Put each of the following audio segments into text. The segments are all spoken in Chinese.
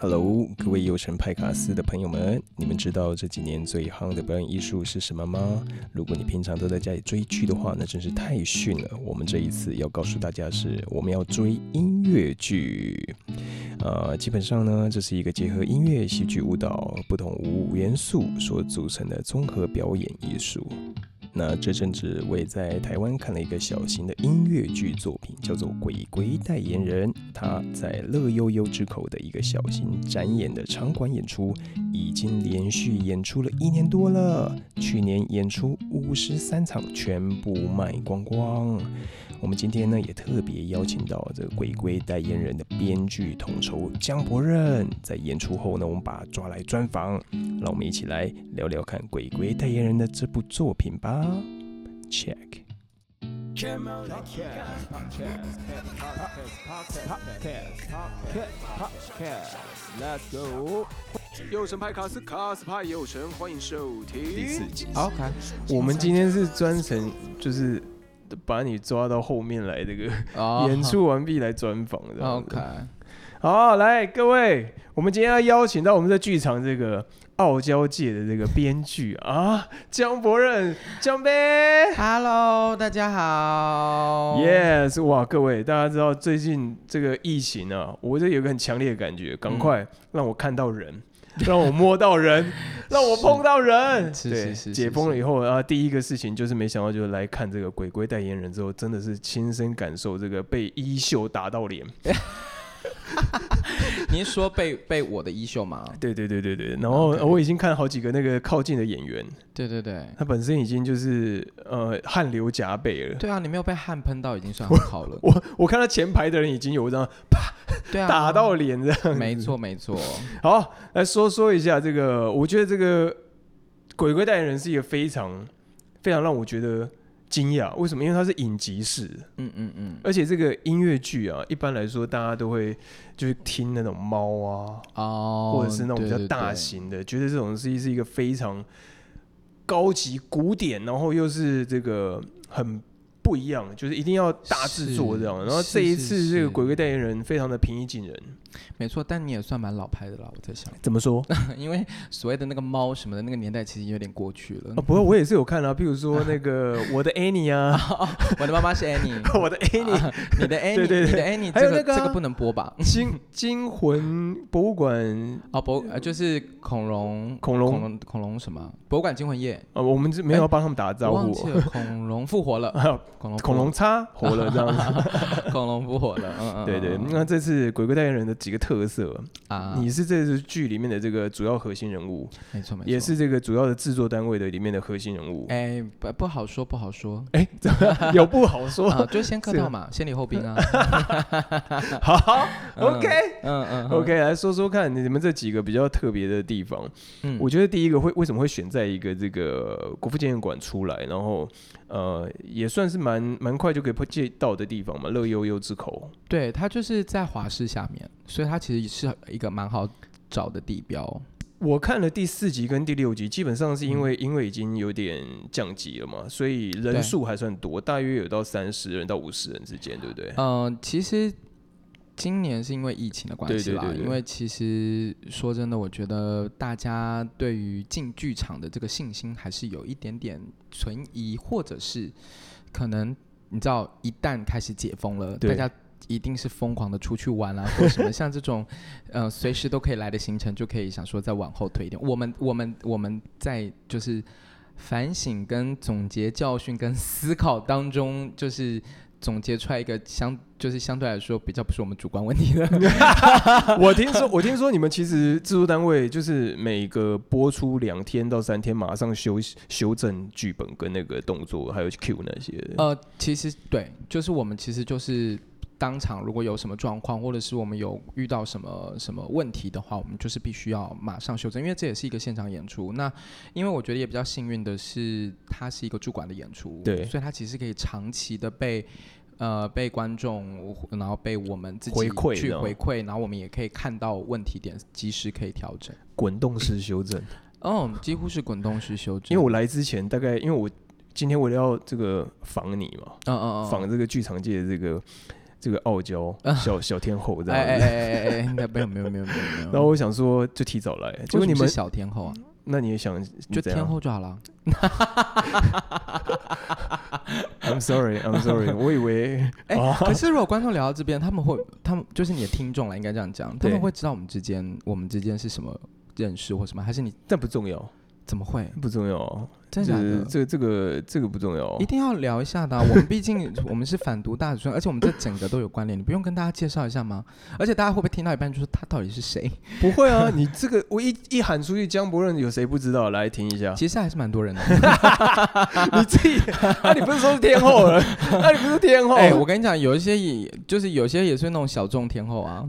Hello， 各位游神派卡斯的朋友们，你们知道这几年最夯的表演艺术是什么吗？如果你平常都在家里追剧的话，那真是太逊了。我们这一次要告诉大家是，我们要追音乐剧。基本上呢，这是一个结合音乐、戏剧、舞蹈不同五元素所组成的综合表演艺术。那这阵子我也在台湾看了一个小型的音乐剧作品，叫做《鬼鬼代言人》。他在乐悠悠之口的一个小型展演的场馆演出，已经连续演出了1年多了。去年演出53场，全部卖光光。我们今天呢也特别邀请到这个《鬼鬼代言人》的编剧统筹江伯任，在演出后呢，我们把他抓来专访，让我们一起来聊聊看《鬼鬼代言人》的这部作品吧。Check。Let's go！ 有神派卡斯，卡斯派有神，欢迎收听第4集。 OK， 我们今天是专程就是把你抓到后面来，这个演出完毕来专访的。 OK， 好，来各位，我们今天要邀请到我们在剧场这个傲娇界的这个编剧啊，江伯任，江杯 ，Hello， 大家好 ，Yes， 哇，各位，大家知道最近这个疫情啊，我这有个很强烈的感觉，赶快让我看到人。让我摸到人，让我碰到人。对，解封了以后啊，第一个事情就是没想到，就是来看这个鬼鬼代言人之后，真的是亲身感受这个被衣袖打到脸。 你是说被我的衣袖吗？ 对。然后我已经看了好几个那个靠近的演员。对，他本身已经就是汗流浃背了。 对啊，你没有被汗喷到已经算很好了。 我看到前排的人已经有这样啪，对啊，打到脸这样。 没错。 好，来说一下这个，我觉得这个鬼鬼代言人是一个非常让我觉得惊讶。为什么？因为它是影集式的。而且这个音乐剧啊，一般来说大家都会就是听那种猫啊，或者是那种比较大型的，觉得这种是一个非常高级古典，然后又是这个很不一样，就是一定要大制作这样。然后这一次这个鬼鬼代言人非常的平易近人。 没错，但你也算蛮老派的啦，我在想。 怎么说？ 因为所谓的那个猫什么的那个年代其实有点过去了。 不过我也是有看啊，譬如说那个我的 Annie 啊， 我的妈妈是 Annie， 我的 Annie， 你的 Annie， 对， 你的 Annie， 还有那个这个不能播吧？ 惊魂博物馆就是恐龙什么博物馆惊魂夜我们没有要帮他们打招呼， 忘记了恐龙复活了， 恐龙叉活了这样子， 恐龙复活了， 对。那这次鬼鬼代言人的几个特色啊，你是这次剧里面的这个主要核心人物， 没错， 也是这个主要的制作单位的里面的核心人物。 不好说， 怎么有不好说就先客套嘛，先礼后兵啊。 好 ，OK， 来说说看你们这几个比较特别的地方。我觉得第一个为什么会选在一个这个国父纪念馆出来，然后也算是蛮快就可以借到的地方嘛，乐悠悠之口。 对，它就是在华视下面，所以它其实是一个蛮好找的地标。 我看了第4集跟第6集，基本上是因为已经有点降级了嘛，所以人数还算多，大约有到30人到50人之间，对不对？ 其实今年是因为疫情的关系啦，因为其实说真的，我觉得大家对于进剧场的这个信心还是有一点点存疑，或者是可能你知道，一旦开始解封了，大家一定是疯狂的出去玩啊，或什么像这种随时都可以来的行程，就可以想说再往后推一点。我们在就是反省跟总结教训跟思考当中，就是总结出来一个就是相对来说比较不是我们主观问题的。 我听说你们其实制作单位就是每个播出2天到3天，马上修正剧本跟那个动作，还有 Q 那些。 其实对，就是我们其实就是当场如果有什么状况，或者是我们有遇到什么问题的话，我们就是必须要马上修正，因为这也是一个现场演出。那因为我觉得也比较幸运的是，它是一个驻馆的演出，对，所以它其实可以长期的被观众，然后被我们自己去回馈，然后我们也可以看到问题点，及时可以调整， 滚动式修正。 几乎是滚动式修正。 因为我来之前大概，因为我今天为了要这个访你嘛，访这个剧场界的这个傲娇小天后这样子。没有。 然后我想说就提早来，结果你们是小天后啊？ 那你也想就天后就好了。 I'm sorry， 我以为可是如果观众聊到这边，他们就是你的听众啦，应该这样讲，他们会知道我们之间是什么认识或什么，还是你？ 但不重要。 怎么会？ 不重要。 真的假的？ 这个不重要， 一定要聊一下的我们毕竟我们是反毒大学生，而且我们这整个都有关联，你不用跟大家介绍一下吗？而且大家会不会听到一半就说他到底是谁？ 不会啊，你这个我一喊出去，江伯任有谁不知道？来听一下。 其实还是蛮多人的。 你自己你不是说是天后了？你不是天后？ 我跟你讲，有些也是那种小众天后啊。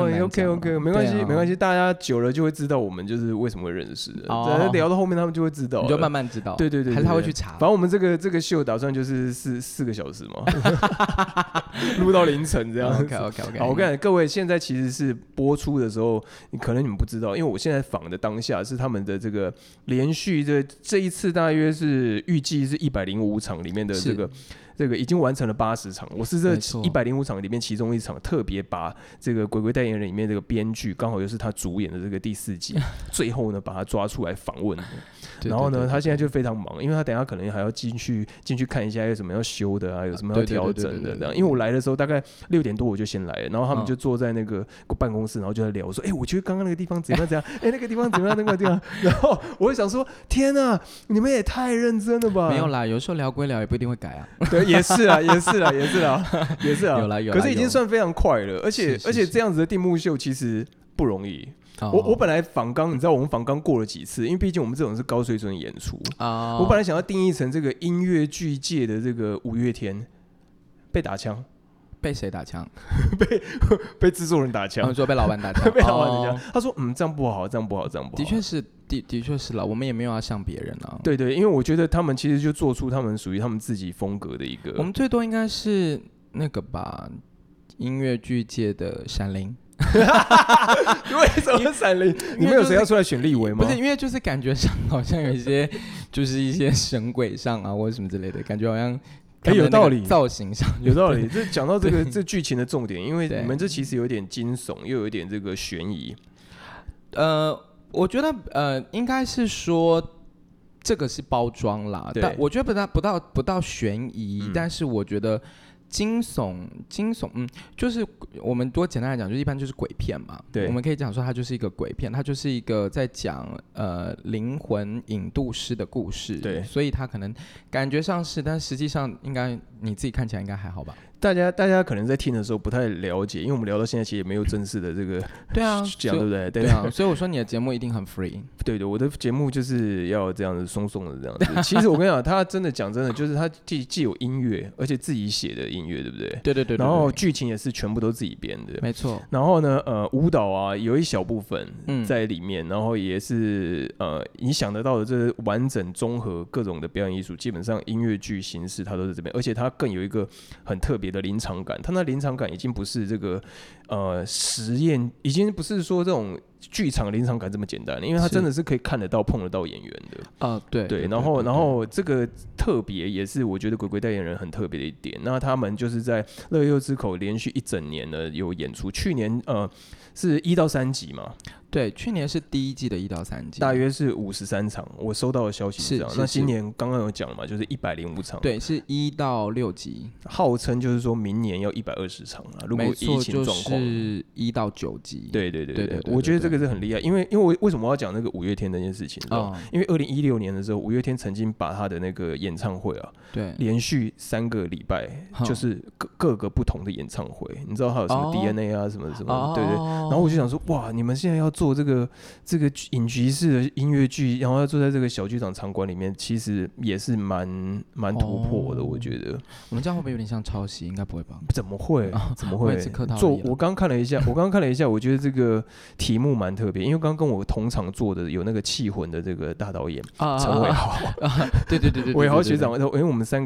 OK， 没关系，大家久了就会知道我们就是为什么会认识。聊到后面他们就会知道， 你就慢慢知道。 对， 还是他会去查。 反正我们这个秀打算就是4个小时嘛，录到凌晨这样。 OK。 好，我跟你讲，各位现在其实是播出的时候，可能你们不知道，因为我现在访的当下是他们的这个连续的这一次大约是预计是105场里面的这个已经完成了80场，我是这105场里面其中一场特别把这个《鬼鬼代言人》里面这个编剧刚好又是他主演的这个第4集，最后呢把他抓出来访问。然后呢，他现在就非常忙，因为他等一下可能还要进去看一下有什么要修的啊，有什么要调整的这样。因为我来的时候大概6点多我就先来了，然后他们就坐在那个办公室，然后就在聊，我说我觉得刚刚那个地方怎样，那个地方怎么样，那个地方。然后我就想说，天啊，你们也太认真了吧？ 没有啦，有时候聊归聊，也不一定会改啊。 对，也是啦。 有啦， 可是已经算非常快了，而且这样子的定目秀其实不容易。我本来访纲，你知道我们访纲过了几次，因为毕竟我们这种是高水准演出。我本来想要定义成这个音乐剧界的这个五月天，被打枪。 被谁打枪？ 被制作人打枪。 说被老板打枪。 被老板打枪。他说这样不好，这样不好。的确是了，我们也没有要像别人啊。 对，因为我觉得他们其实就做出他们属于他们自己风格的一个。 我们最多应该是那个吧，音乐剧界的闪灵。 为什么闪灵？你们有谁要出来选立委吗？ 不是，因为就是感觉上好像有一些，就是一些神鬼上啊，或者什么之类的，感觉好像。 有道理， 造型上有道理。这讲到这剧情的重点，因为你们这其实有点惊悚，又有点这个悬疑。 我觉得应该是说这个是包装啦，但我觉得不到悬疑，但是我觉得惊悚，就是我们多简单来讲，就一般就是鬼片嘛。对，我们可以讲说它就是一个鬼片，它就是一个在讲灵魂引渡师的故事。对，所以它可能感觉上是，但实际上应该你自己看起来应该还好吧。大家可能在听的时候不太了解，因为我们聊到现在其实也没有正式的这个讲，对不对？ 对啊，所以我说你的节目一定很 free。 对，我的节目就是要这样子松松的这样子。其实我跟你讲，他真的讲真的，就是他既有音乐，而且自己写的音乐，对不对？对。然后剧情也是全部都自己编的， 没错。 然后呢，舞蹈啊有一小部分在里面，然后也是你想得到的这完整综合各种的表演艺术，基本上音乐剧形式它都在这边，而且它更有一个很特别的临场感。它那临场感已经不是这个实验，已经不是说这种剧场临场感这么简单，因为它真的是可以看得到、碰得到演员的。对。然后这个特别也是我觉得鬼鬼代言人很特别的一点。那他们就是在乐悠之口连续1整年呢有演出，去年是1到3集嘛。 对，去年是第1季的1到3集， 大约是53场。我收到的消息是这样。那今年刚刚有讲了嘛，就是105场。 对，是1到6集， 号称就是说明年要120场啊。如果疫情状况， 是1到9集。 对，我觉得这个是很厉害，因为为什么我要讲那个五月天那件事情？因为2016年的时候，五月天曾经把他的那个演唱会啊，对，连续3个礼拜就是各个不同的演唱会，你知道他有什么 DNA 啊什么什么，对。然后我就想说，哇，你们现在要做这个影集式的音乐剧，然后要坐在这个小剧场场馆里面，其实也是蛮突破的，我觉得。 我们这样会不会有点像抄袭？应该不会吧？ 怎么会？怎么会？我刚看了一下，我觉得这个题目蛮特别，因为刚跟我同场做的有那个气魂的这个大导演陈伟豪， 对， 伟豪学长，因为我们3个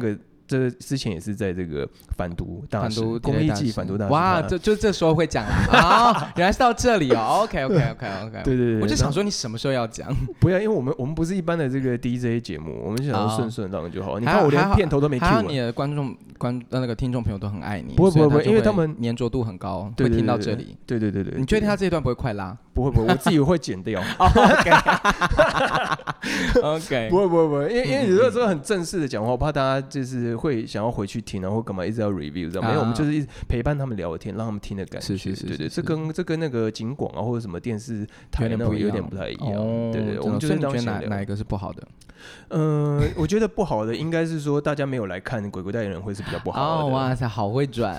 这之前也是在这个反毒大使公益祭反毒大使， 哇，就这时候会讲啊，原来是到这里哦。OK， 对对对， 我就想说你什么时候要讲？ 不要，因为我们不是一般的这个 DJ 节目，我们想说顺顺让就好。你看我连片头都没 cue， 还有你的那个听众朋友都很爱你， 不会，因为他们粘着度很高，会听到这里。 对， 你确定他这一段不会快拉？ 不会，我自己会剪掉。 OK， 不会，因为你如果说很正式的讲话，我怕大家就是会想要回去听，然后干嘛一直要 review 这样。没有，我们就是一直陪伴他们聊天，让他们听的感觉。 是， 对，这跟那个警广啊或者什么电视台那种有点不太一样。对，我们就是当闲聊。 哪一个是不好的？ 我觉得不好的应该是说大家没有来看《鬼鬼代言人》会是比较不好的。 哇塞，好会转。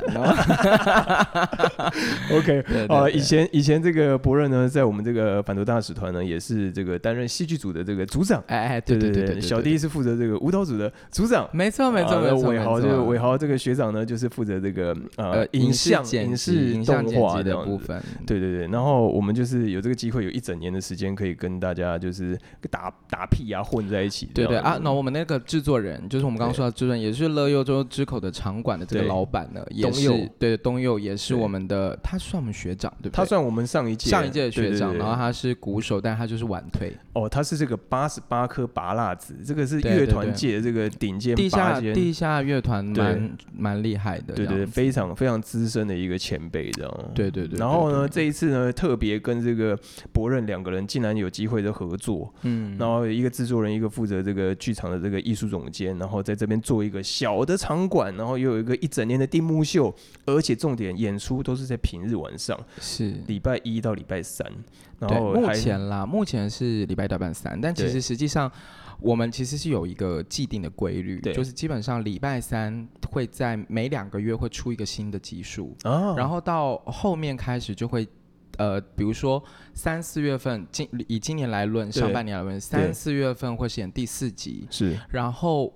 OK， 以前这个伯任呢，在我们这个反毒大使团呢，也是这个担任戏剧组的这个组长。对，小弟是负责这个舞蹈组的组长。 没错。 伟豪这个学长呢，就是负责这个影视动画的部分。对，然后我们就是有这个机会，有一整年的时间可以跟大家就是打屁啊混在一起。 对啊，那我们那个制作人，就是我们刚刚说的制作人，也是乐悠州之口的场馆的这个老板呢，也是东佑也是我们的，他算我们学长对不对？ 他算我们上一届的学长，然后他是鼓手，但他就是晚退。 他是这个88颗拔蜡子，这个是乐团界的这个顶尖地下乐团蛮厉害的， 对，非常非常资深的一个前辈这样。 对。 然后呢，这一次呢，特别跟这个伯任两个人竟然有机会的合作，然后一个制作人，一个负责这个剧场的这个艺术总监，然后在这边做一个小的场馆，然后又有一个一整年的定目秀，而且重点演出都是在平日晚上，是礼拜1到礼拜3。然后目前是礼拜1到礼拜3，但其实实际上我们其实是有一个既定的规律，就是基本上礼拜3会在每2个月会出一个新的集数，然后到后面开始就会比如说3、4月份，以今年来论，上半年来论，3、4月份会是演第4集，是，然后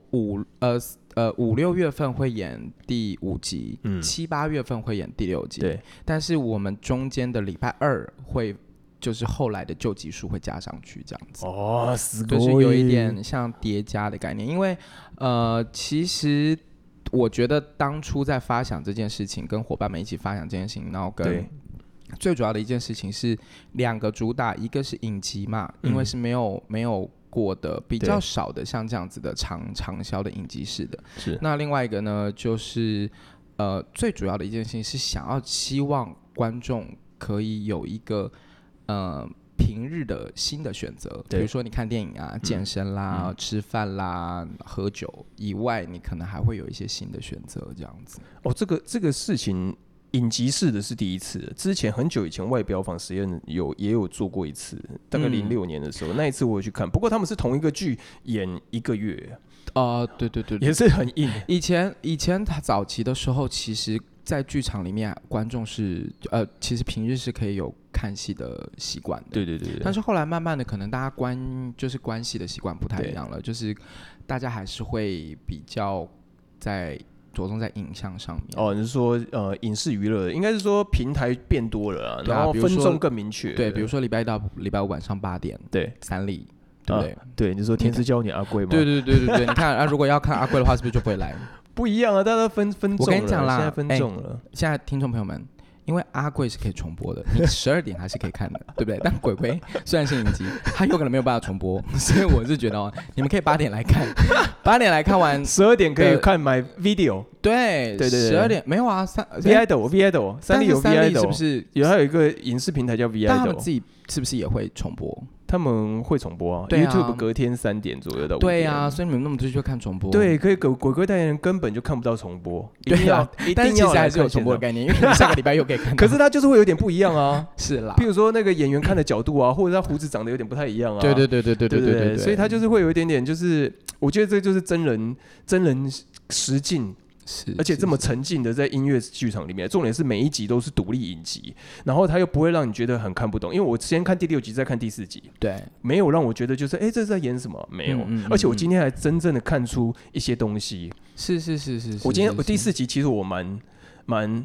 5、6月份会演第5集，7、8月份会演第6集，对，但是我们中间的礼拜2会。就是后来的旧集数会加上去，这样子就是有一点像叠加的概念。因为其实我觉得当初在发想这件事情，跟伙伴们一起发想这件事情，然后跟最主要的一件事情是2个主打，一个是影集嘛，因为是没有过的比较少的像这样子的长销的影集式的。是那另外一个呢，就是最主要的一件事情是希望观众可以有一个。平日的新的选择，比如说你看电影啊、健身啦、吃饭啦、喝酒以外，你可能还会有一些新的选择，这样子。 这个事情影集式的是第一次，之前很久以前外表坊实验也有做过一次，大概06年的时候，那一次我有去看，不过他们是同一个剧演1个月。对，也是很硬。 以前他早期的时候，其实。在剧场里面，观众是其实平日是可以有看戏的习惯的，对。但是后来慢慢的，可能大家关系的习惯不太一样了，就是大家还是会比较着重在影像上面。 你是说影视娱乐，应该是说平台变多了，然后分众更明确。 对，比如说礼拜1到礼拜5晚上8点，对，3立，对不对？ 对，你说天师教你阿贵吗？ 对，你看如果要看阿贵的话，是不是就不会来？ 不一样啊，大家分众了。 我跟你讲啦， 现在分众了。 现在听众朋友们，因为阿贵是可以重播的，你12点还是可以看的，对不对？但鬼鬼虽然是影集，他有可能没有办法重播，所以我是觉得你们可以8点来看，8点来看完 ，12点可以看 My Video。 对，12点没有啊 ，V-idol，三立有 V-idol， 是不是？ 还有一个影视平台叫 V-idol， 他们自己是不是也会重播？ 他们会重播啊 ，YouTube 隔天3点左右到5点。 对啊，所以你们那么多就看重播。 对，可以鬼鬼代言人根本就看不到重播。 对啊，但是其实还是有重播的概念，因为你下个礼拜又可以看到。 可是他就是会有点不一样啊。 是啦， 譬如说那个演员看的角度啊，或者他胡子长得有点不太一样啊。 对， 所以他就是会有一点点，就是我觉得这就是真人实境。而且这么沉浸的在音乐剧场里面，重点是每一集都是独立影集，然后他又不会让你觉得很看不懂，因为我先看第6集再看第4集，对，没有让我觉得就是这是在演什么，没有，而且我今天还真正的看出一些东西， 是， 我今天第4集其实我蛮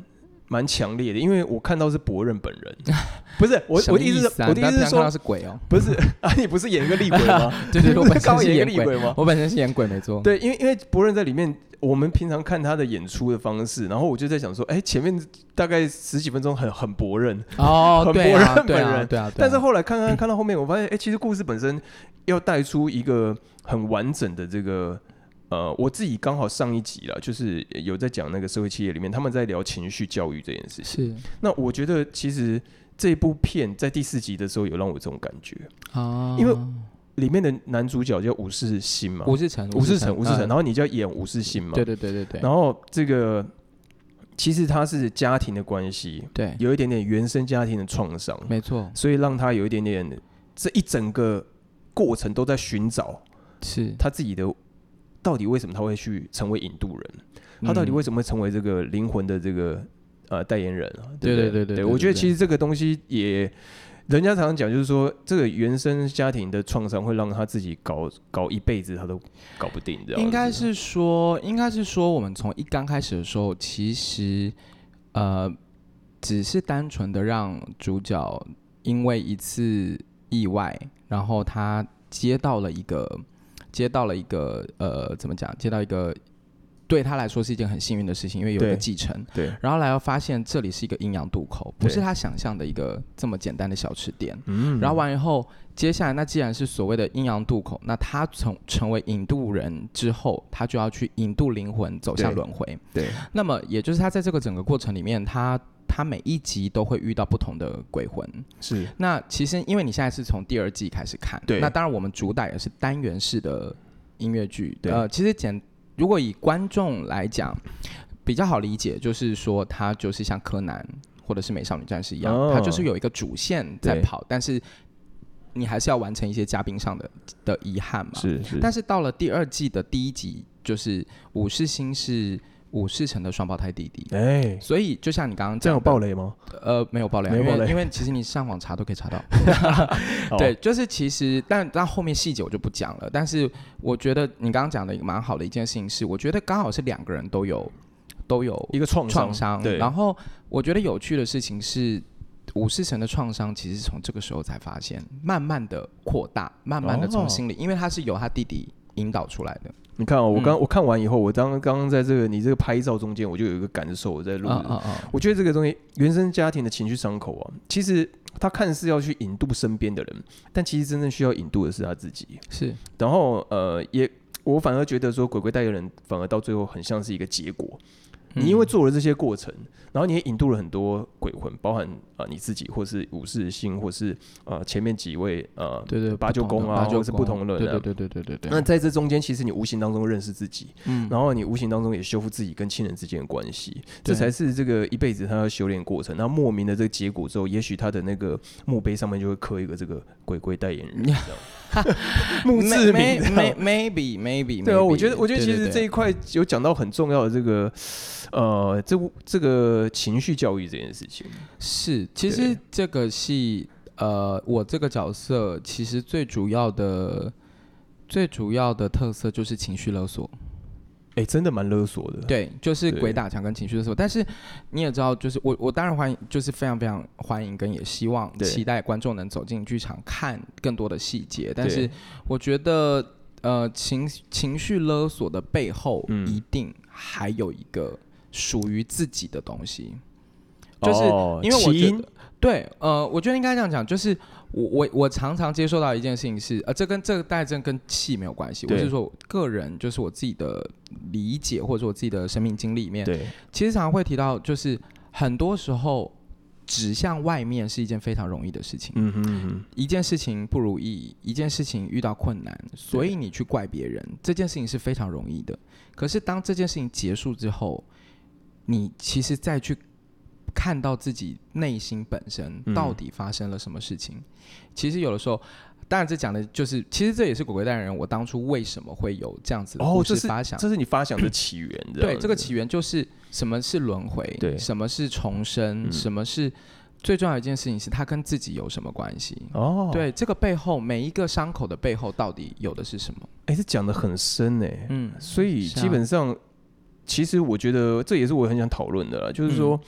蛮强烈的，因为我看到是伯任本人，不是我的意思是说是鬼哦， 不是啊，你不是演一个厉鬼吗？ 对对，我本身是演厉鬼吗？ 我本身是演鬼，没错。 对，因为伯任在里面，我们平常看他的演出的方式，然后我就在想说，前面大概10几分钟很伯任哦， 很伯任本人， 对啊。 但是后来看到后面，我发现，其实故事本身要带出一个很完整的这个。我自己刚好上一集啦，就是有在讲那个社会企业里面，他们在聊情绪教育这件事情。 是， 那我觉得其实这部片在第4集的时候有让我有这种感觉因为里面的男主角叫吴世勋嘛， 吴世成， 然后你就要演吴世勋嘛， 对。 然后这个其实他是家庭的关系， 对， 有一点点原生家庭的创伤，没错， 所以让他有一点点这一整个过程都在寻找是他自己的。到底为什么他会去成为引渡人？他到底为什么会成为这个灵魂的这个代言人啊？对，我觉得其实这个东西也，人家常常讲，就是说这个原生家庭的创伤会让他自己搞一辈子他都搞不定，这样。 应该是说，我们从一刚开始的时候，其实只是单纯的让主角因为一次意外，然后他接到了一个怎么讲？接到一个对他来说是一件很幸运的事情，因为有一个继承。 对。 然后来发现这里是一个阴阳渡口，不是他想象的一个这么简单的小吃店。然后完以后，接下来那既然是所谓的阴阳渡口，那他成为引渡人之后，他就要去引渡灵魂走向轮回。 对。 那么也就是他在这个整个过程里面，他每一集都会遇到不同的鬼魂， 是。 那其实因为你现在是从第2季开始看，对，那当然我们主打也是单元式的音乐剧，其实如果以观众来讲比较好理解，就是说它就是像柯南或者是美少女战士一样，它就是有一个主线在跑，但是你还是要完成一些嘉宾上的遗憾嘛， 是。 但是到了第2季的第1集，就是武士星是武士成的双胞胎弟弟，所以就像你刚刚讲的， 这样有爆雷吗？ 没有爆雷，因为其实你上网查都可以查到。对，就是其实，但后面细节我就不讲了。但是我觉得你刚刚讲的一个蛮好的一件事情是，我觉得刚好是2个人都有一个创伤，对。 然后我觉得有趣的事情是，武士成的创伤其实是从这个时候才发现，慢慢的扩大，慢慢的从心里，因为他是由他弟弟引导出来的。 你看我看完以后，我刚刚在你这个拍照中间，我就有一个感受，我在录。我觉得这个东西，原生家庭的情绪伤口啊，其实他看似要去引渡身边的人，但其实真正需要引渡的是他自己。 是。 然后我反而觉得说，鬼鬼代言人反而到最后很像是一个结果。你因为做了这些过程，然后你也引渡了很多鬼魂，包含你自己，或是武士星，或是前面几位对八舅公啊，或者是不同人对。 那在这中间，其实你无形当中认识自己，然后你无形当中也修复自己跟亲人之间的关系，这才是这个一辈子他要修炼过程。然后莫名的这个结果之后，也许他的那个墓碑上面就会刻一个这个鬼鬼代言人。墓志铭 ，maybe， 对啊，我觉得其实这一块有讲到很重要的这个这个情绪教育这件事情。 是，其实这个戏我这个角色其实最主要的特色就是情绪勒索。 真的蛮勒索的。 对，就是鬼打墙跟情绪勒索。但是你也知道，就是我当然欢迎，就是非常非常欢迎，跟也希望期待观众能走进剧场看更多的细节。但是我觉得情绪勒索的背后，一定还有一个属于自己的东西。就是因为我觉得，对，我觉得应该这样讲，就是我常常接受到一件事情是，这个大概跟戏没有关系，我是说个人，就是我自己的理解或者我自己的生命经历里面，其实常常会提到，就是很多时候指向外面是一件非常容易的事情，一件事情不如意，一件事情遇到困难，所以你去怪别人，这件事情是非常容易的。可是当这件事情结束之后，你其实再去看到自己内心本身到底发生了什么事情，其实有的时候，当然这讲的就是，其实这也是鬼鬼代言人我当初为什么会有这样子的故事发想， 这是你发想的起源。 对，这个起源就是什么是轮回，什么是重生，什么是最重要的一件事情是它跟自己有什么关系。对，这个背后每一个伤口的背后到底有的是什么？ 这讲得很深所以基本上，其实我觉得这也是我很想讨论的啦，就是说。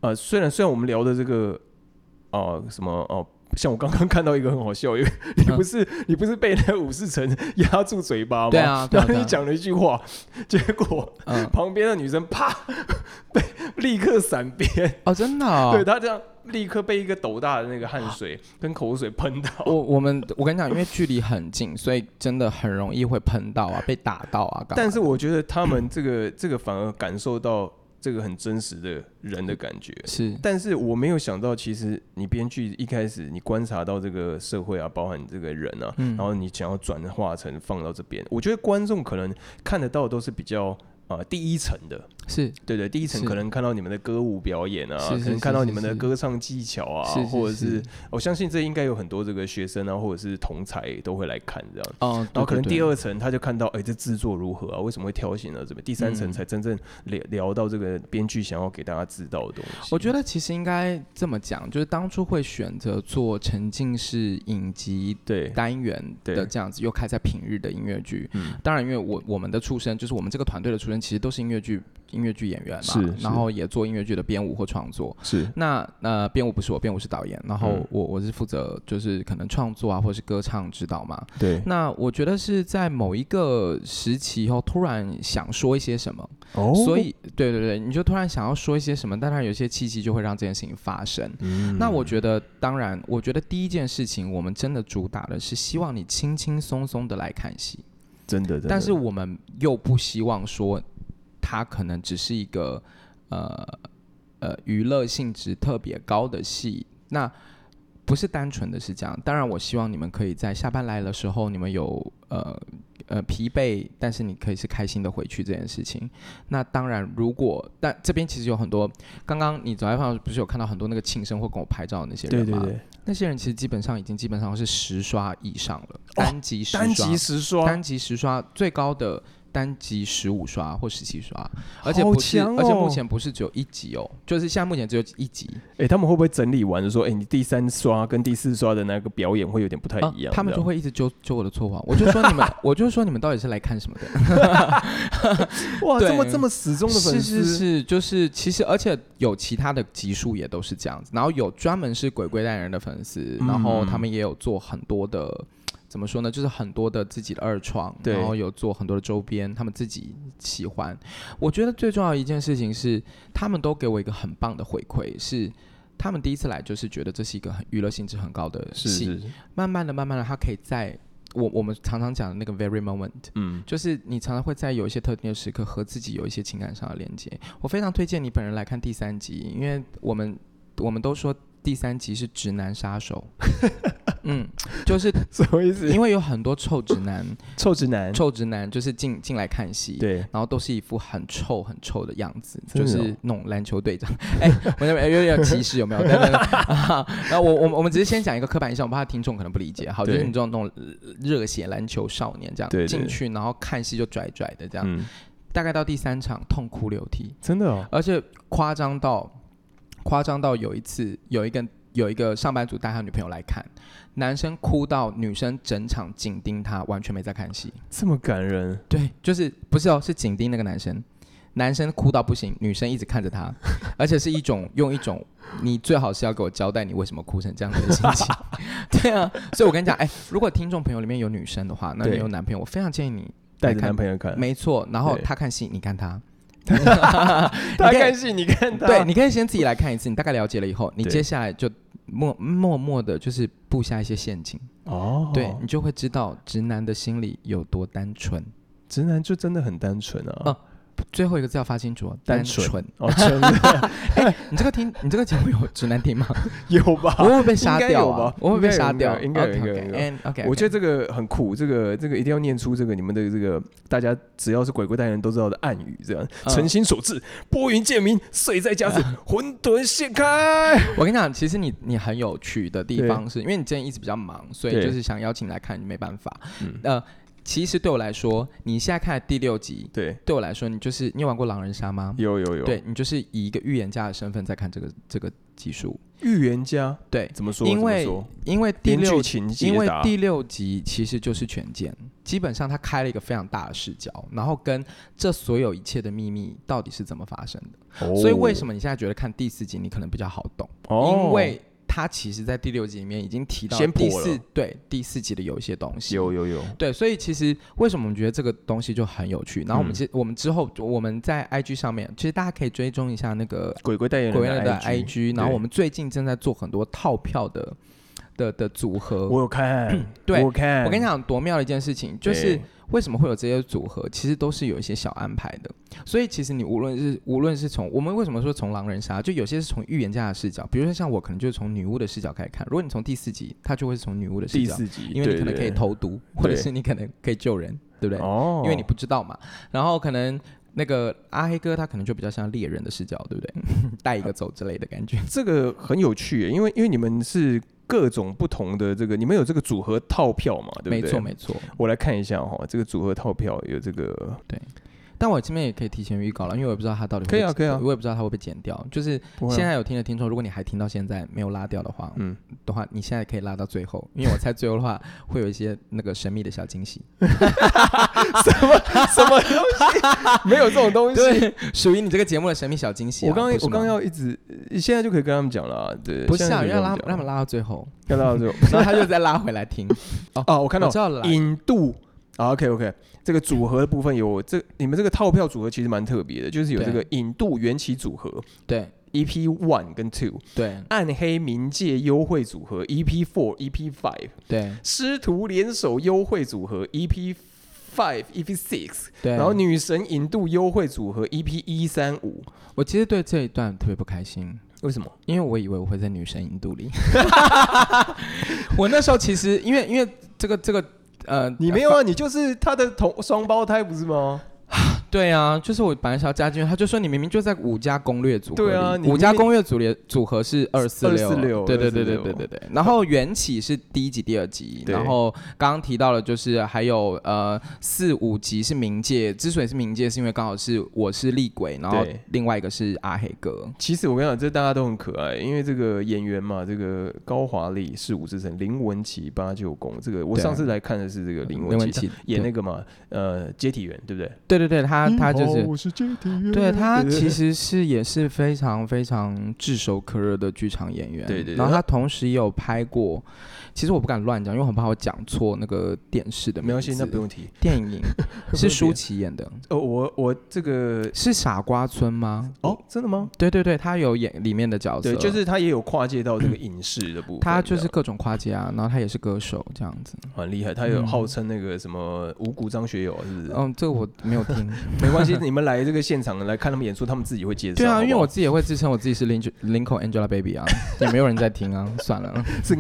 虽然我们聊的这个什么像我刚刚看到一个很好笑，你不是被那个武士城压住嘴巴吗？ 对啊， 然后你讲了一句话，结果旁边的女生啪被立刻闪边真的对，她这样立刻被一个斗大的那个汗水跟口水喷到。我跟你讲，因为距离很近，所以真的很容易会喷到被打到但是我觉得他们这个反而感受到这个很真实的人的感觉是， 但是我没有想到，其实你编剧一开始你观察到这个社会包含这个人然后你想要转化成放到这边，我觉得观众可能看得到都是比较第一层的， 是对，第一层可能看到你们的歌舞表演可能看到你们的歌唱技巧或者是我相信这应该有很多这个学生或者是同才都会来看这样然后可能第二层他就看到这制作如何为什么会挑选到这边，第三层才真正聊到这个编剧想要给大家知道的东西。 我觉得其实应该这么讲，就是当初会选择做沉浸式影集单元的这样子，又开在平日的音乐剧当然因为我们的出身，就是我们这个团队的出身其实都是音乐剧演员嘛，然后也做音乐剧的编舞或创作。 是那编舞不是我，编舞是导演，然后我是负责就是可能创作或是歌唱指导嘛。 对。 那我觉得是在某一个时期以后，突然想说一些什么，所以对，你就突然想要说一些什么，当然有些契机就会让这件事情发生。那我觉得，当然，我觉得第一件事情，我们真的主打的是希望你轻轻松松的来看戏。 真的， 但是我们又不希望说它可能只是一个娱乐性质特别高的戏，那不是单纯的是这样。当然我希望你们可以在下班来的时候，你们有疲惫，但是你可以是开心的回去这件事情。那当然但这边其实有很多，刚刚你走在旁边不是有看到很多那个庆生或跟我拍照的那些人吗？对，那些人其实基本上是10刷以上了，单集10刷，最高的单集15刷或17刷，而且目前不是只有1集就是现在目前只有1集。 他们会不会整理完就说你第3刷跟第4刷的那个表演会有点不太一样？ 他们就会一直揪我的错话，我就说你们到底是来看什么的？ 哇，这么死忠的粉丝是，就是其实而且有其他的集数也都是这样子，然后有专门是鬼鬼代言人的粉丝，然后他们也有做很多的。怎么说呢？就是很多的自己的二创，然后有做很多的周边，他们自己喜欢。我觉得最重要的一件事情是，他们都给我一个很棒的回馈，是他们第一次来就是觉得这是一个很娱乐性质很高的戏，慢慢的，他可以在我们常常讲的那个 very moment，就是你常常会在有一些特定的时刻和自己有一些情感上的连接。我非常推荐你本人来看第3集，因为我们都说第3集是直男杀手。就是什么意思？ 因为有很多臭直男就是进来看戏， 对， 然后都是一副很臭的样子，就是那种篮球队长。我那边有点歧视有没有？然后我们只是先讲一个刻板印象，我怕听众可能不理解。好，就是你这种那种热血篮球少年这样进去，然后看戏就拽拽的这样，大概到第3场痛哭流涕， 真的而且夸张到有一次有一个上班族带他女朋友来看，男生哭到女生整场紧盯他，完全没在看戏， 这么感人。 对，就是不是是紧盯那个男生哭到不行，女生一直看着他，而且是用一种你最好是要给我交代你为什么哭成这样的心情。对啊，所以我跟你讲，如果听众朋友里面有女生的话，那你有男朋友，我非常建议你带着男朋友看， 没错，然后他看戏，你看他。 他看戏你看他， 对，你可以先自己来看一次，你大概了解了以后，你接下来就默默的就是布下一些陷阱对，你就会知道直男的心里有多单纯。 直男就真的很单纯最后一个字要发清楚，单纯纯你这个节目有直男听吗？ 有吧？ 我会被杀掉我会被杀掉， 应该有。我觉得这个很酷，这个一定要念出这个你们的这个大家只要是鬼鬼代言人都知道的暗语，这样诚心所至，拨云见明，岁在甲子，混沌掀开。 我跟你讲，其实你很有趣的地方是因为你今天一直比较忙，所以就是想邀请来看，你没办法。其实对我来说，你现在看的第6集，对我来说，你有玩过狼人杀吗？ 有。 对，你就是以一个预言家的身份在看这个集数。 预言家对， 怎么说？ 因为第6集其实就是全见，基本上他开了一个非常大的视角，然后跟这所有一切的秘密到底是怎么发生的。所以为什么你现在觉得看第4集你可能比较好懂？因为他其实在第6集里面已经提到第4集的有一些东西， 有对，所以其实为什么我们觉得这个东西就很有趣？然后我们之后我们在 IG 上面，其实大家可以追踪一下那个鬼鬼代言人的 IG， 然后我们最近正在做很多套票的组合。 我有看， 对，我跟你讲多妙的一件事情，就是为什么会有这些组合，其实都是有一些小安排的。所以其实你无论是从我们为什么说从狼人杀，就有些是从预言家的视角，比如说像我可能就是从女巫的视角开始看。如果你从第4集，它就会是从女巫的视角， 第4集， 因为你可能可以偷毒，或者是你可能可以救人，对不对？因为你不知道嘛。然后可能那个阿黑哥他可能就比较像猎人的视角，对不对？带一个走之类的感觉。 这个很有趣耶，因为你们是各种不同的这个，你们有这个组合套票嘛，对不对？ 没错。 我来看一下哈，这个组合套票有这个对。但我这边也可以提前预告了，因为我也不知道他到底会可以啊， 我也不知道他会不会剪掉。就是现在有听的听众，如果你还听到现在没有拉掉的话，你现在可以拉到最后，因为我猜最后的话会有一些那个神秘的小惊喜。 什么东西？没有这种东西， 对，属于你这个节目的神秘小惊喜。 我刚要一直，现在就可以跟他们讲了，对， 不是啊，要让他们拉到最后， 要拉到最后， 然后他就再拉回来听。 我看到引渡。OK， 这个组合的部分有你们这个套票组合其实蛮特别的，就是有这个引渡缘起组合， 对 ，EP 1跟2， 对， 暗黑冥界优惠组合 EP 4、EP 5， 对， 师徒联手优惠组合 EP 5、EP 6， 对， 然后女神引渡优惠组合 EP 135。 我其实对这一段特别不开心。 为什么？ 因为我以为我会在女神引渡里。我那时候其实因为这个。 你没有啊，你就是他的双胞胎不是吗？ 对啊，就是我本来想要加进去，他就说你明明就在5家攻略组合里， 对啊 ，5家攻略组合是246，对。然后缘起是第1集、第2集，然后刚刚提到了就是还有4、5集是冥界，之所以是冥界是因为刚好是我是厉鬼，然后另外一个是阿黑哥。 其实我跟你讲，这大家都很可爱，因为这个演员嘛，这个高华丽是武之神，林文琪89公，这个我上次来看的是这个林文琪演那个嘛，接体员，对不对？ 对，他就是， 我是接体员， 对，他其实也是非常非常炙手可热的剧场演员， 对。 然后他同时也有拍过，其实我不敢乱讲，因为我很怕我讲错那个电视的名字。 没关系，那不用提。 电影是舒淇演的。 我这个是傻瓜村吗？ 真的吗？ 对，他有演里面的角色。 对，就是他也有跨界到这个影视的部分。 他就是各种跨界啊，然后他也是歌手这样子， 很厉害。他有号称那个什么五谷张学友，是不是？ 这个我没有听， 没关系，你们来这个现场来看他们演出，他们自己会介绍。 对啊，因为我自己也会自称我自己是林口 Angelababy 啊，也没有人在听啊，算了， 是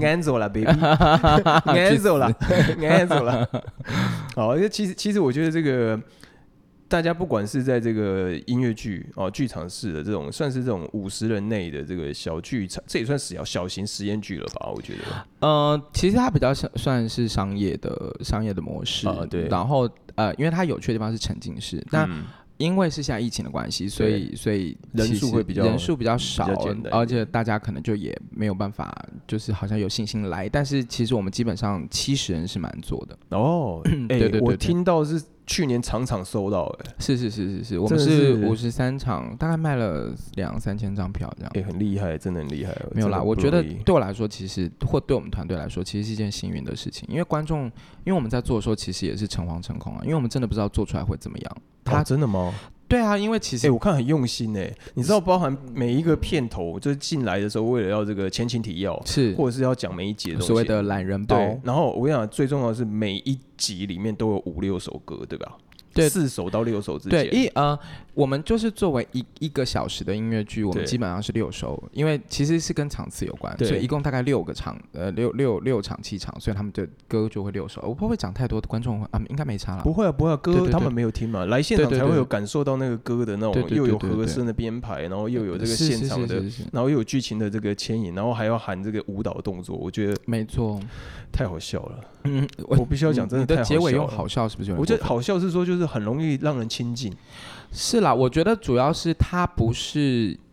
Angela， 好，其实我觉得这个大家不管是在这个音乐剧剧场式的这种，算是这种50人内的这个小剧场，这也算小型实验剧了吧？我觉得。 其实它比较算是商业的模式， 对。 然后因为它有趣的地方是沉浸式，但因为是现在疫情的关系，所以人数会比较少，而且大家可能就也没有办法，就是好像有信心来。但是其实我们基本上70人是蛮做的。对， 我听到是去年场sold out， 是，我们是53场，大概卖了2-3千张票这样。 很厉害，真的很厉害。 没有啦，我觉得对我来说，其实或对我们团队来说，其实是一件幸运的事情，因为观众，因为我们在做的时候，其实也是诚惶诚恐啊，因为我们真的不知道做出来会怎么样。 真的吗？ 对啊，因为其实我看很用心你知道，包含每一个片头，就是进来的时候，为了要这个前情提要， 是或者是要讲每一节的东西， 所谓的懒人包。 对，然后我跟你讲，最重要的是每一集里面都有5-6首歌，对吧？ 对 ，4首到6首之间。 对，我们就是作为一个小时的音乐剧，我们基本上是6首，因为其实是跟场次有关，所以一共大概6个场，6场7场，所以他们的歌就会6首。我不会讲太多的观众应该没差了。 不会啊，歌他们没有听嘛，来现场才会有感受到那个歌的那种，又有和声的编排，然后又有这个现场的，然后又有剧情的这个牵引，然后还要含这个舞蹈动作，我觉得没错， 太好笑了。我必须要讲，真的太好笑了。 你的结尾用好笑是不是？ 我觉得好笑是说，就是很容易让人亲近。 是啦，我觉得主要是它不是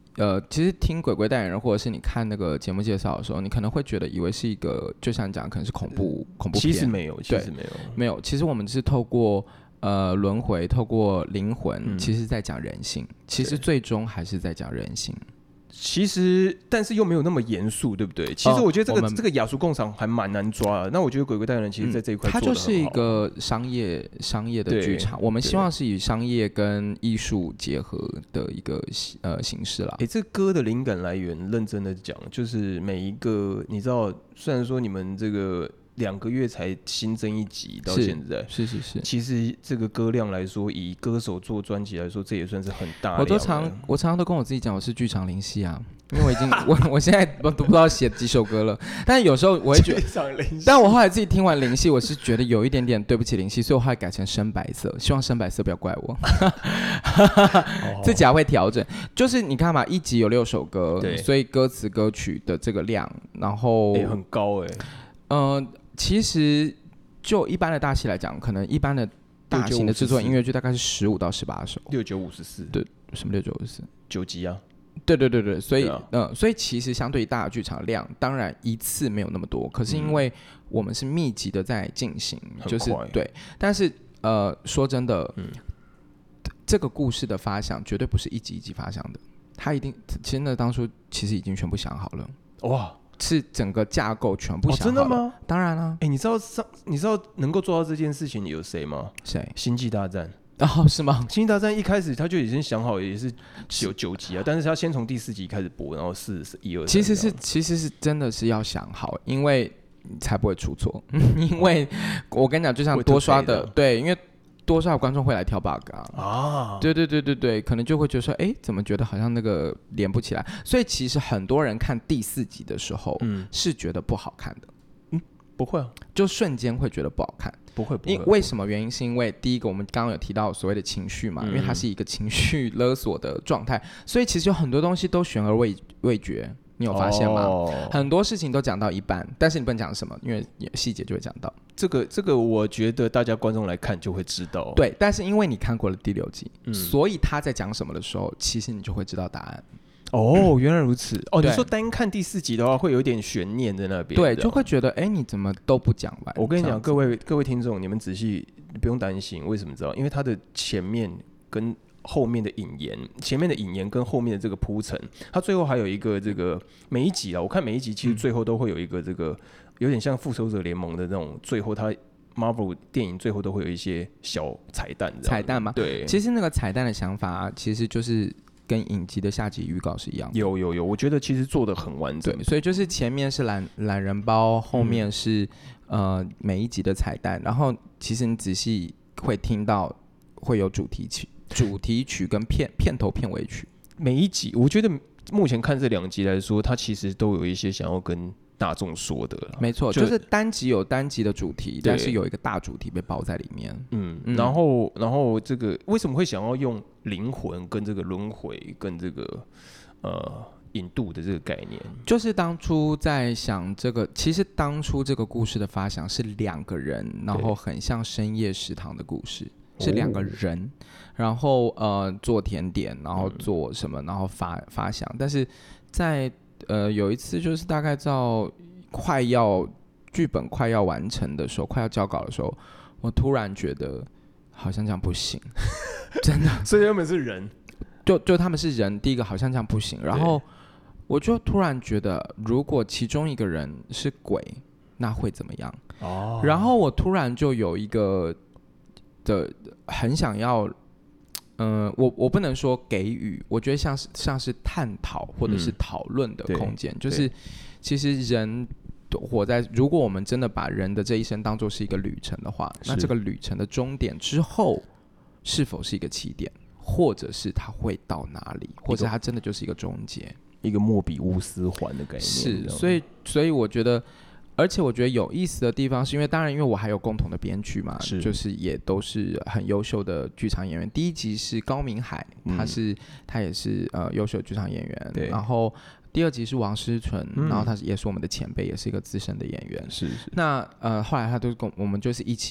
其实听鬼鬼代言人，或者是你看那个节目介绍的时候，你可能会觉得以为是一个，就像你讲，可能是恐怖片。 其实没有， 没有。其实我们是透过轮回，透过灵魂，其实在讲人性。其实最终还是在讲人性。 其实，但是又没有那么严肃，对不对？其实我觉得这个雅俗共赏还蛮难抓的。那我觉得鬼鬼代言人其实在这一块做得很好，它就是一个商业的剧场。我们希望是以商业跟艺术结合的一个形式啦。 这歌的灵感来源，认真的讲，就是每一个你知道，虽然说你们这个2个月才新增一集到现在， 是， 其实这个歌量来说，以歌手做专辑来说，这也算是很大量的。 我常常都跟我自己讲，我是剧场灵系啊，因为我已经我现在都不知道写几首歌了。但是有时候我会觉得，但我后来自己听完灵系，我是觉得有一点点对不起灵系，所以我后来改成深白色，希望深白色不要怪我。自己还会调整，就是你看嘛，一集有6首歌，所以歌词歌曲的这个量，然后很高其实就一般的大戏来讲，可能一般的大型的制作音乐剧大概是15到18首 ，6954， 对，什么6954 9集啊？ 对，所以其实相对于大的剧场量，当然一次没有那么多，可是因为我们是密集的在进行，就是对，但是说真的，这个故事的发想绝对不是一集一集发想的，他一定其实那当初其实已经全部想好了，哇！是整个架构全部想好了。真的吗？当然啦。 你知道能够做到这件事情有谁吗？ 谁？ 星际大战。 是吗？ 星际大战一开始他就已经想好，也是有9集啊，但是他先从第4集开始播，然后4、1、2。 其实是真的是要想好，因为才不会出错。因为我跟你讲，就像多刷的，对，因为多少观众会来挑 bug 啊？对，可能就会觉得说，怎么觉得好像那个连不起来？所以其实很多人看第4集的时候，是觉得不好看的。 不会啊， 就瞬间会觉得不好看。 不会。 为什么原因？是因为第一个，我们刚刚有提到所谓的情绪嘛，因为它是一个情绪勒索的状态，所以其实有很多东西都悬而未决。你有发现吗？很多事情都讲到一半，但是你不能讲什么，因为细节就会讲到。 这个，我觉得大家观众来看就会知道。 对，但是因为你看过了第6集，所以他在讲什么的时候，其实你就会知道答案。 原来如此。你说单看第4集的话，会有点悬念在那边。 对，就会觉得，你怎么都不讲完？ 我跟你讲，各位听众，你们仔细不用担心，为什么知道？因为它的前面跟后面的引言，前面的引言跟后面的这个铺陈，它最后还有一个这个每一集啊，我看每一集其实最后都会有一个这个有点像复仇者联盟的那种，最后它 Marvel 电影最后都会有一些小彩蛋吗？ 对， 其实那个彩蛋的想法，其实就是跟影集的下集预告是一样的。 有，我觉得其实做得很完整。 对，所以就是前面是懒人包，后面是每一集的彩蛋，然后其实你仔细会听到会有主题曲跟片头片尾曲。 每一集我觉得目前看这2集来说，它其实都有一些想要跟大众说的啦。 没错，就是单集有单集的主题，但是有一个大主题被包在里面。 然后这个为什么会想要用灵魂跟这个轮回跟这个引渡的这个概念？ 就是当初在想这个，其实当初这个故事的发想是2个人，然后很像深夜食堂的故事。是2个人，然后做甜点，然后做什么，然后发想。但是在有一次，就是大概到剧本快要完成的时候，快要交稿的时候，我突然觉得好像这样不行，真的。 所以他们是人， 就他们是人。第一个好像这样不行，然后我就突然觉得，如果其中一个人是鬼，那会怎么样？然后我突然就有一个很想要，我不能说给予，我觉得像是探讨或者是讨论的空间，就是其实人活在，如果我们真的把人的这一生当作是一个旅程的话，那这个旅程的终点之后是否是一个起点，或者是它会到哪里，或者它真的就是一个终结， 一个莫比乌斯环的概念。 是，所以我觉得。而且我觉得有意思的地方是因为我还有共同的编剧嘛，就是也都是很优秀的剧场演员。第1集是高明海，他也是优秀的剧场演员。对。然后第2集是王诗纯，然后他也是我们的前辈，也是一个资深的演员。是。那后来他都跟我们就是一起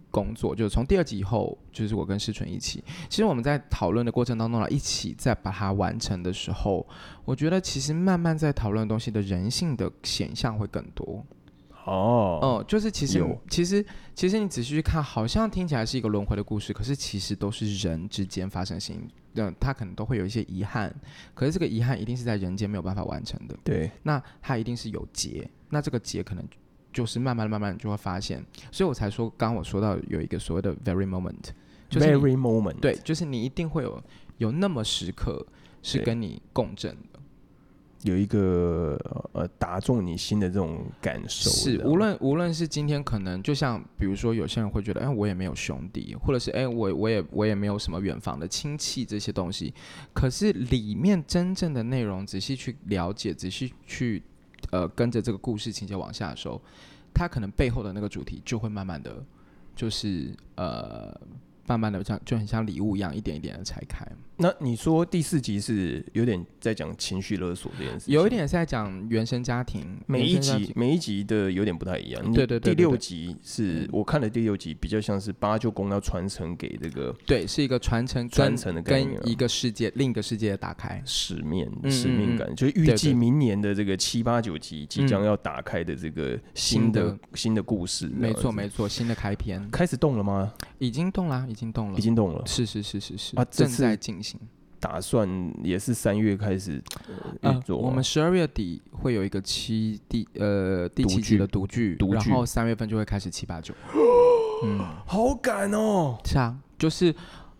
工作，就是从第2集以后，就是我跟世纯一起，其实我们在讨论的过程当中一起在把它完成的时候，我觉得其实慢慢在讨论的东西的人性的显象会更多。就是其实你仔细去看，好像听起来是一个轮回的故事，可是其实都是人之间发生的事情，他可能都会有一些遗憾，可是这个遗憾一定是在人间没有办法完成的。 对， 那它一定是有结，那这个结可能就是慢慢就会发现，所以我才说，刚刚我说到有一个所谓的 very moment， 就是 very moment， 对，就是你一定会有那么时刻是跟你共振的。 有一个打中你心的这种感受， 是无论是今天可能就像比如说有些人会觉得，我也没有兄弟，或者是我也没有什么远房的亲戚这些东西，可是里面真正的内容仔细去了解，仔细去跟着这个故事情节往下的时候，它可能背后的那个主题就会慢慢的就是慢慢的就很像礼物一样，一点一点的拆开。 那你说第4集是有点在讲情绪勒索这件事情， 有一点是在讲原生家庭， 每一集的有点不太一样。 对， 第6集是我看的第6集比较像是八舅公要传承给这个， 对，是一个传承的概念， 跟一个世界另一个世界的打开使命感，就是预计明年的这个7、8、9集即将要打开的这个新的故事。 没错，新的开篇开始动了吗？ 已经动了，是正在进行。 打算也是3月开始运作。 我们12月底会有一个第7集的读剧，然后3月份就会开始7、8、9。 好赶哦！ 是啊，就是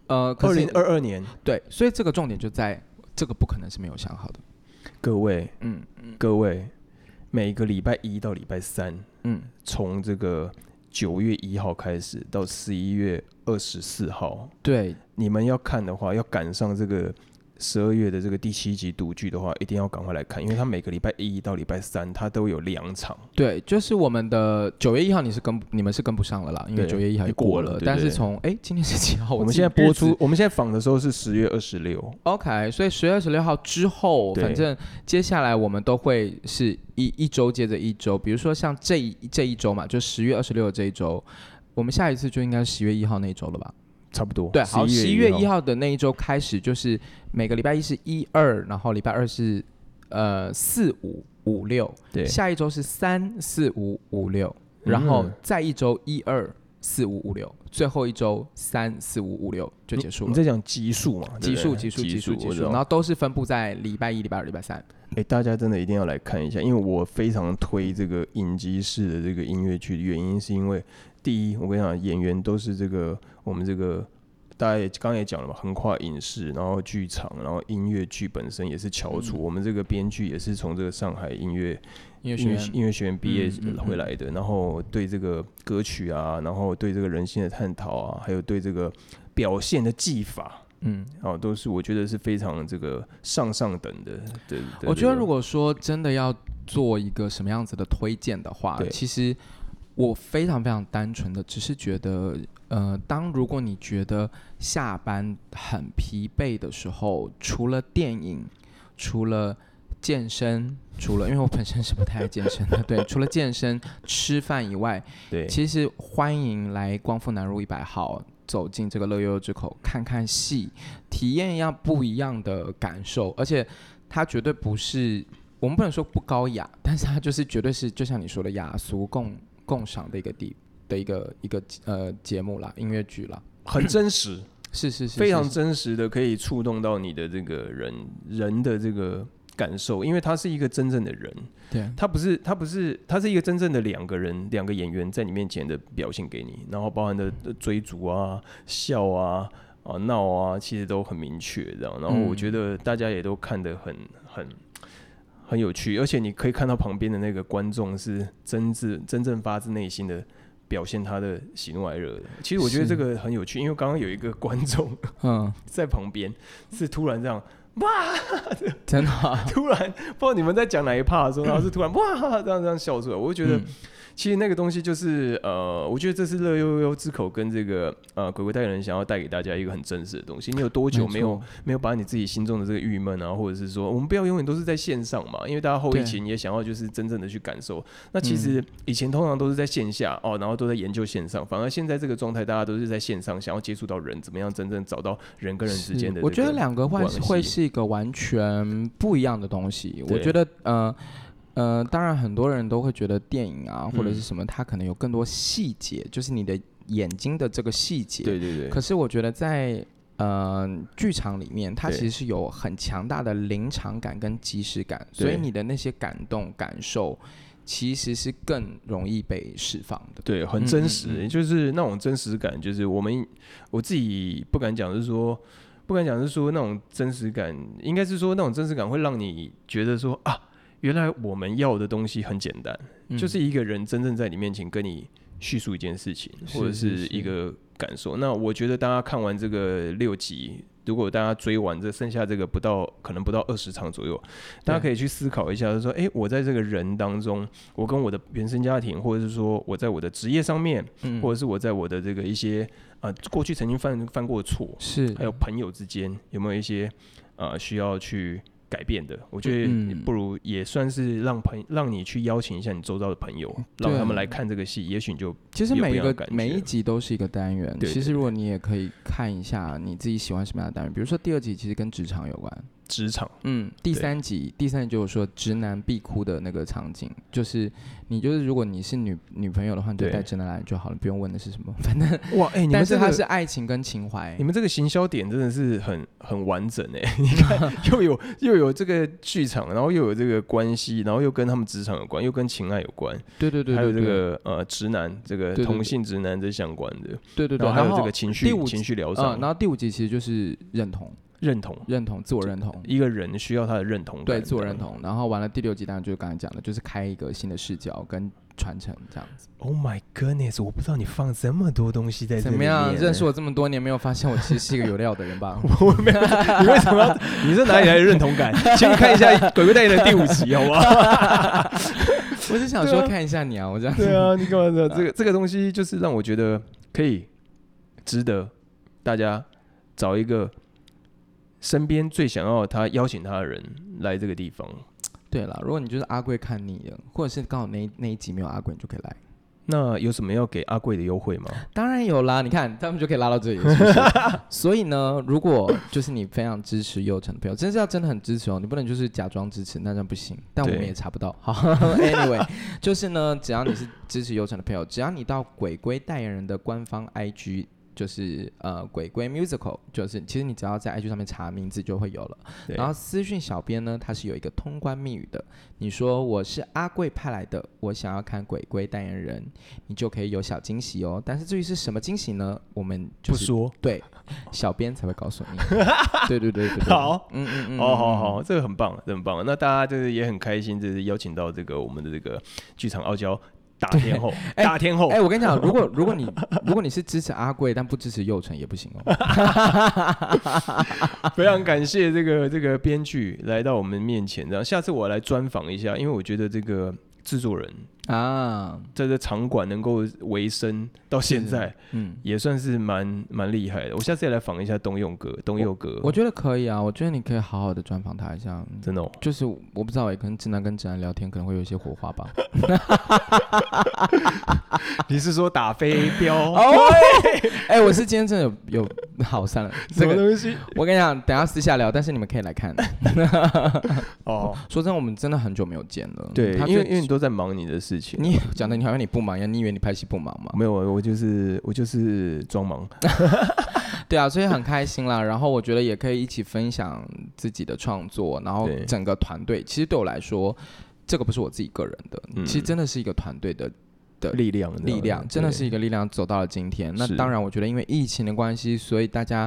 2022年。 对，所以这个重点就在这个不可能是没有想好的。 各位，每个礼拜1到礼拜3，从这个9月1号开始到11月24号， 对， 你们要看的话，要赶上这个12月的这个第7集读剧的话，一定要赶快来看，因为它每个礼拜1到礼拜3，它都有2场。对， 就是我们的9月1号你们是跟不上了啦，因为9月1号也过了。但是从今天是几号？ 我们现在播出，我们现在访的时候是10月26。 OK， 所以10月26号之后，反正接下来我们都会是一周接着一周，比如说像这一周嘛，就10月26的这一周。我们下一次就应该是10月1号那一周了吧？ 差不多。 对，好，11月1号的那一周开始，就是每个礼拜1是1、2，然后礼拜2是4、5、5、6，对，下一周是3、4、5、5、6，然后再一周1、2、4、5、5、6，最后一周3、4、5、5、6就结束了。 你在讲集数嘛？ 集数，然后都是分布在礼拜1、礼拜2、礼拜3。 大家真的一定要来看一下，因为我非常推这个影集式的这个音乐剧的原因，是因为第一，我跟你讲，演员都是这个我们这个大家刚刚也讲了嘛，横跨影视，然后剧场，然后音乐剧本身也是翘楚。我们这个编剧也是从这个上海音乐学院毕业回来的，然后对这个歌曲啊，然后对这个人性的探讨啊，还有对这个表现的技法。都是我觉得是非常这个上等的。 我觉得如果说真的要做一个什么样子的推荐的话，其实我非常非常单纯的只是觉得，如果你觉得下班很疲惫的时候，除了电影，除了健身，因为我本身是不太爱健身的，对，除了健身、吃饭以外，对，其实欢迎来光复南路100号。走进这个乐悠悠之口，看看戏，体验一样不一样的感受，而且它绝对不是，我们不能说不高雅，但是它就是绝对是，就像你说的雅俗共赏的一个节目啦，音乐剧啦， 很真实， 是非常真实的，可以触动到你的这个人的这个感受，因为他是一个真正的人。对，他是一个真正的两个演员在你面前的表现给你，然后包含的追逐啊、笑啊、闹啊，其实都很明确这样。然后我觉得大家也都看得很有趣，而且你可以看到旁边的那个观众是真正发自内心的表现他的喜怒哀乐的。其实我觉得这个很有趣，因为刚刚有一个观众在旁边是突然这样哇， 真的、啊， 突然不知道你们在讲哪一 part 的时候，然后是突然哇这样笑出来，我就觉得。其实那个东西就是我觉得这是乐悠悠之口跟这个鬼鬼代言人想要带给大家一个很真实的东西。你有多久没有把你自己心中的这个郁闷啊，或者是说我们不要永远都是在线上嘛？因为大家后疫情也想要就是真正的去感受。那其实以前通常都是在线下然后都在研究线上，反而现在这个状态大家都是在线上，想要接触到人，怎么样真正找到人跟人之间的。 我觉得两个会是一个完全不一样的东西。我觉得当然很多人都会觉得电影啊或者是什么，它可能有更多细节，就是你的眼睛的这个细节。 对对对。 可是我觉得在剧场里面，它其实是有很强大的临场感跟即时感，所以你的那些感动感受其实是更容易被释放的。 对，很真实，就是那种真实感，就是我自己不敢讲是说那种真实感，应该是说那种真实感会让你觉得说啊。原来我们要的东西很简单，就是一个人真正在你面前跟你叙述一件事情，或者是一个感受。那我觉得大家看完这个6集，如果大家追完这剩下这个可能不到20场左右，大家可以去思考一下，就是说，我在这个人当中，我跟我的原生家庭，或者是说我在我的职业上面，或者是我在我的这个一些过去曾经犯过的错，还有朋友之间有没有一些需要去改变的。我觉得不如也算是让你去邀请一下你周遭的朋友，让他们来看这个戏，也许你就其实每一集都是一个单元。对对对，其实如果你也可以看一下你自己喜欢什么样的单元，比如说第2集其实跟职场有关。 职场， 第三集就是说直男必哭的那个场景，就是如果你是女朋友的话，你就带直男来就好了，不用问的是什么，反正哇，你们但是它是爱情跟情怀。 你们这个行销点真的是很完整你看又有这个剧场，然后又有这个关系，然后又跟他们职场有关，又跟情爱有关， 对对对， 还有这个直男这个同性直男这相关的， 对对对， 然后还有这个情绪疗伤， 然后第5集其实就是认同，自我认同， 一个人需要他的认同感， 对，自我认同。然后完了第6集当然就是刚才讲的，就是开一个新的视角跟传承这样子。 Oh my goodness！ 我不知道你放这么多东西在这里面。 怎么样？认识我这么多年，没有发现我其实是一个有料的人吧？ 我没有，你为什么要？你是哪里来的认同感？请你看一下《鬼鬼代言人》第5集，好不好？ 我是想说看一下你啊，我这样子。 对啊，你干嘛的？这个东西就是让我觉得可以值得大家找一个身边最想要他邀请他的人来这个地方。 对啦，如果你就是阿贵看腻了，或者是刚好那一集没有阿贵，你就可以来。 那有什么要给阿贵的优惠吗？ 当然有啦，你看他们就可以拉到这里，是不是？所以呢，如果就是你非常支持佑成的朋友，真的很支持哦，你不能就是假装支持，那这样不行。但我们也查不到。好 ，anyway， 就是呢，只要你是支持佑成的朋友，只要你到鬼鬼代言人的官方 IG。就是鬼鬼 musical， 就是其实你只要在 IG 上面查名字就会有了，然后私讯小编呢，它是有一个通关密语的，你说我是阿贵派来的，我想要看鬼鬼代言人，你就可以有小惊喜哦。但是至于是什么惊喜呢，我们就是、 不说， 对，小编才会告诉你。对对对对对， 好，好，这个很棒，这很棒。那大家就是也很开心，就是邀请到这个我们的这个剧场傲娇。大天后，大天后！ 我跟你讲，如果你是支持阿贵，但不支持佑成也不行哦。 非常感谢这个编剧来到我们面前，这样下次我来专访一下，因为我觉得这个制作人啊，在这场馆能够维生到现在，也算是蛮厉害的。我下次也来访一下东佑哥， 我觉得可以啊，我觉得你可以好好的专访他一下，真的就是我不知道，可能直男跟直男聊天可能会有一些火花吧。 你是说打飞镖？ 我是今天真的有好算了， 什么东西？ 我跟你讲，等一下私下聊，但是你们可以来看。说真的，我们真的很久没有见了。 对，因为你都在忙你的事情。 你讲的你好像你不忙一样，你以为你拍戏不忙吗？ 没有，我就是装忙。 对啊，所以很开心啦。然后我觉得也可以一起分享自己的创作，然后整个团队。其实对我来说，这个不是我自己个人的，其实真的是一个团队的力量， 真的是一个力量走到了今天。那当然，我觉得因为疫情的关系，所以大家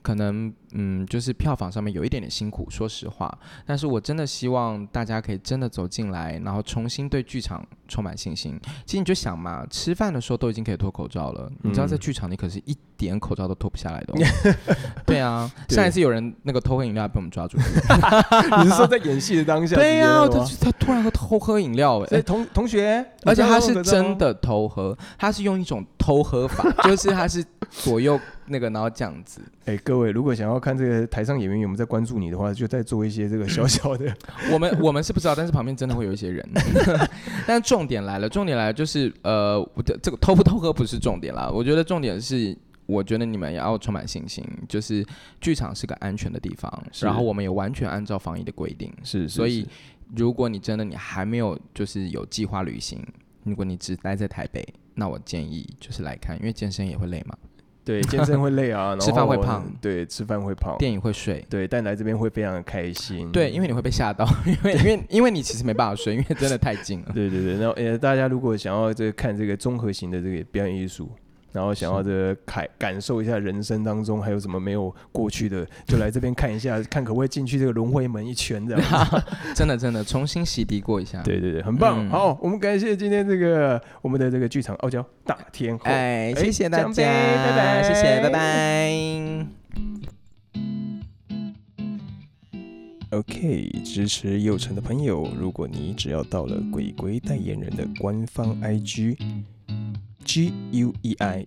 可能就是票房上面有一点点辛苦，说实话。但是我真的希望大家可以真的走进来，然后重新对剧场充满信心。其实你就想嘛，吃饭的时候都已经可以脱口罩了，你知道在剧场你可是一点口罩都脱不下来的对啊，上一次有人那个偷喝饮料被我们抓住你是说在演戏的当下？ 对啊，他突然偷喝饮料同学， 而且他是真的偷喝，他是用一种偷喝法就是他是左右那个然后这样子。 各位如果想要看这个台上演员有没有在关注你的话，就在做一些这个小小的我们是不知道，但是旁边真的会有一些人但是重点来了就是这个偷不偷喝不是重点啦，我觉得重点是我觉得你们也要充满信心，就是剧场是个安全的地方，然后我们也完全按照防疫的规定，所以如果你真的你还没有就是有计划旅行，如果你只待在台北，那我建议就是来看，因为健身也会累嘛。 对，健身会累啊， 吃饭会胖， 对，吃饭会胖， 电影会睡， 对，但来这边会非常的开心， 对，因为你会被吓到，因为你其实没办法睡，因为真的太近了。 对，然后大家如果想要看这个综合型的这个表演艺术，然后想要感受一下人生当中还有什么没有过去的，就来这边看一下，看可不可以进去这个轮回门一圈这样真的重新洗涤过一下。 对，很棒。好，我们感谢今天我们的这个剧场傲娇大天后， 谢谢大家， 拜拜， 谢谢，拜拜。 OK， 支持佑成的朋友，如果你只要到了鬼鬼代言人的官方 IG GUEI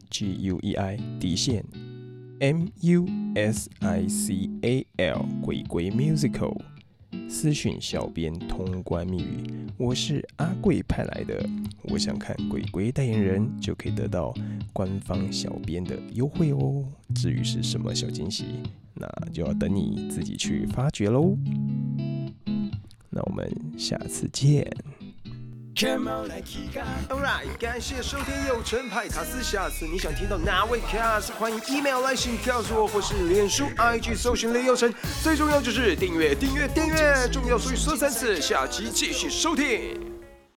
MUSICAL 鬼鬼 Musical， 私讯小编通关密语，我是阿贵派来的，我想看鬼鬼代言人就可以得到官方小编的优惠哦。至于是什么小惊喜，那就要等你自己去发掘咯。那我们下次见。Alright， 感谢收听佑成派卡斯。下次你想听到哪位卡斯，欢迎 email 来信告诉我，或是脸书 IG 搜寻雷佑成。最重要就是订阅，重要所以说3次。下期继续收听。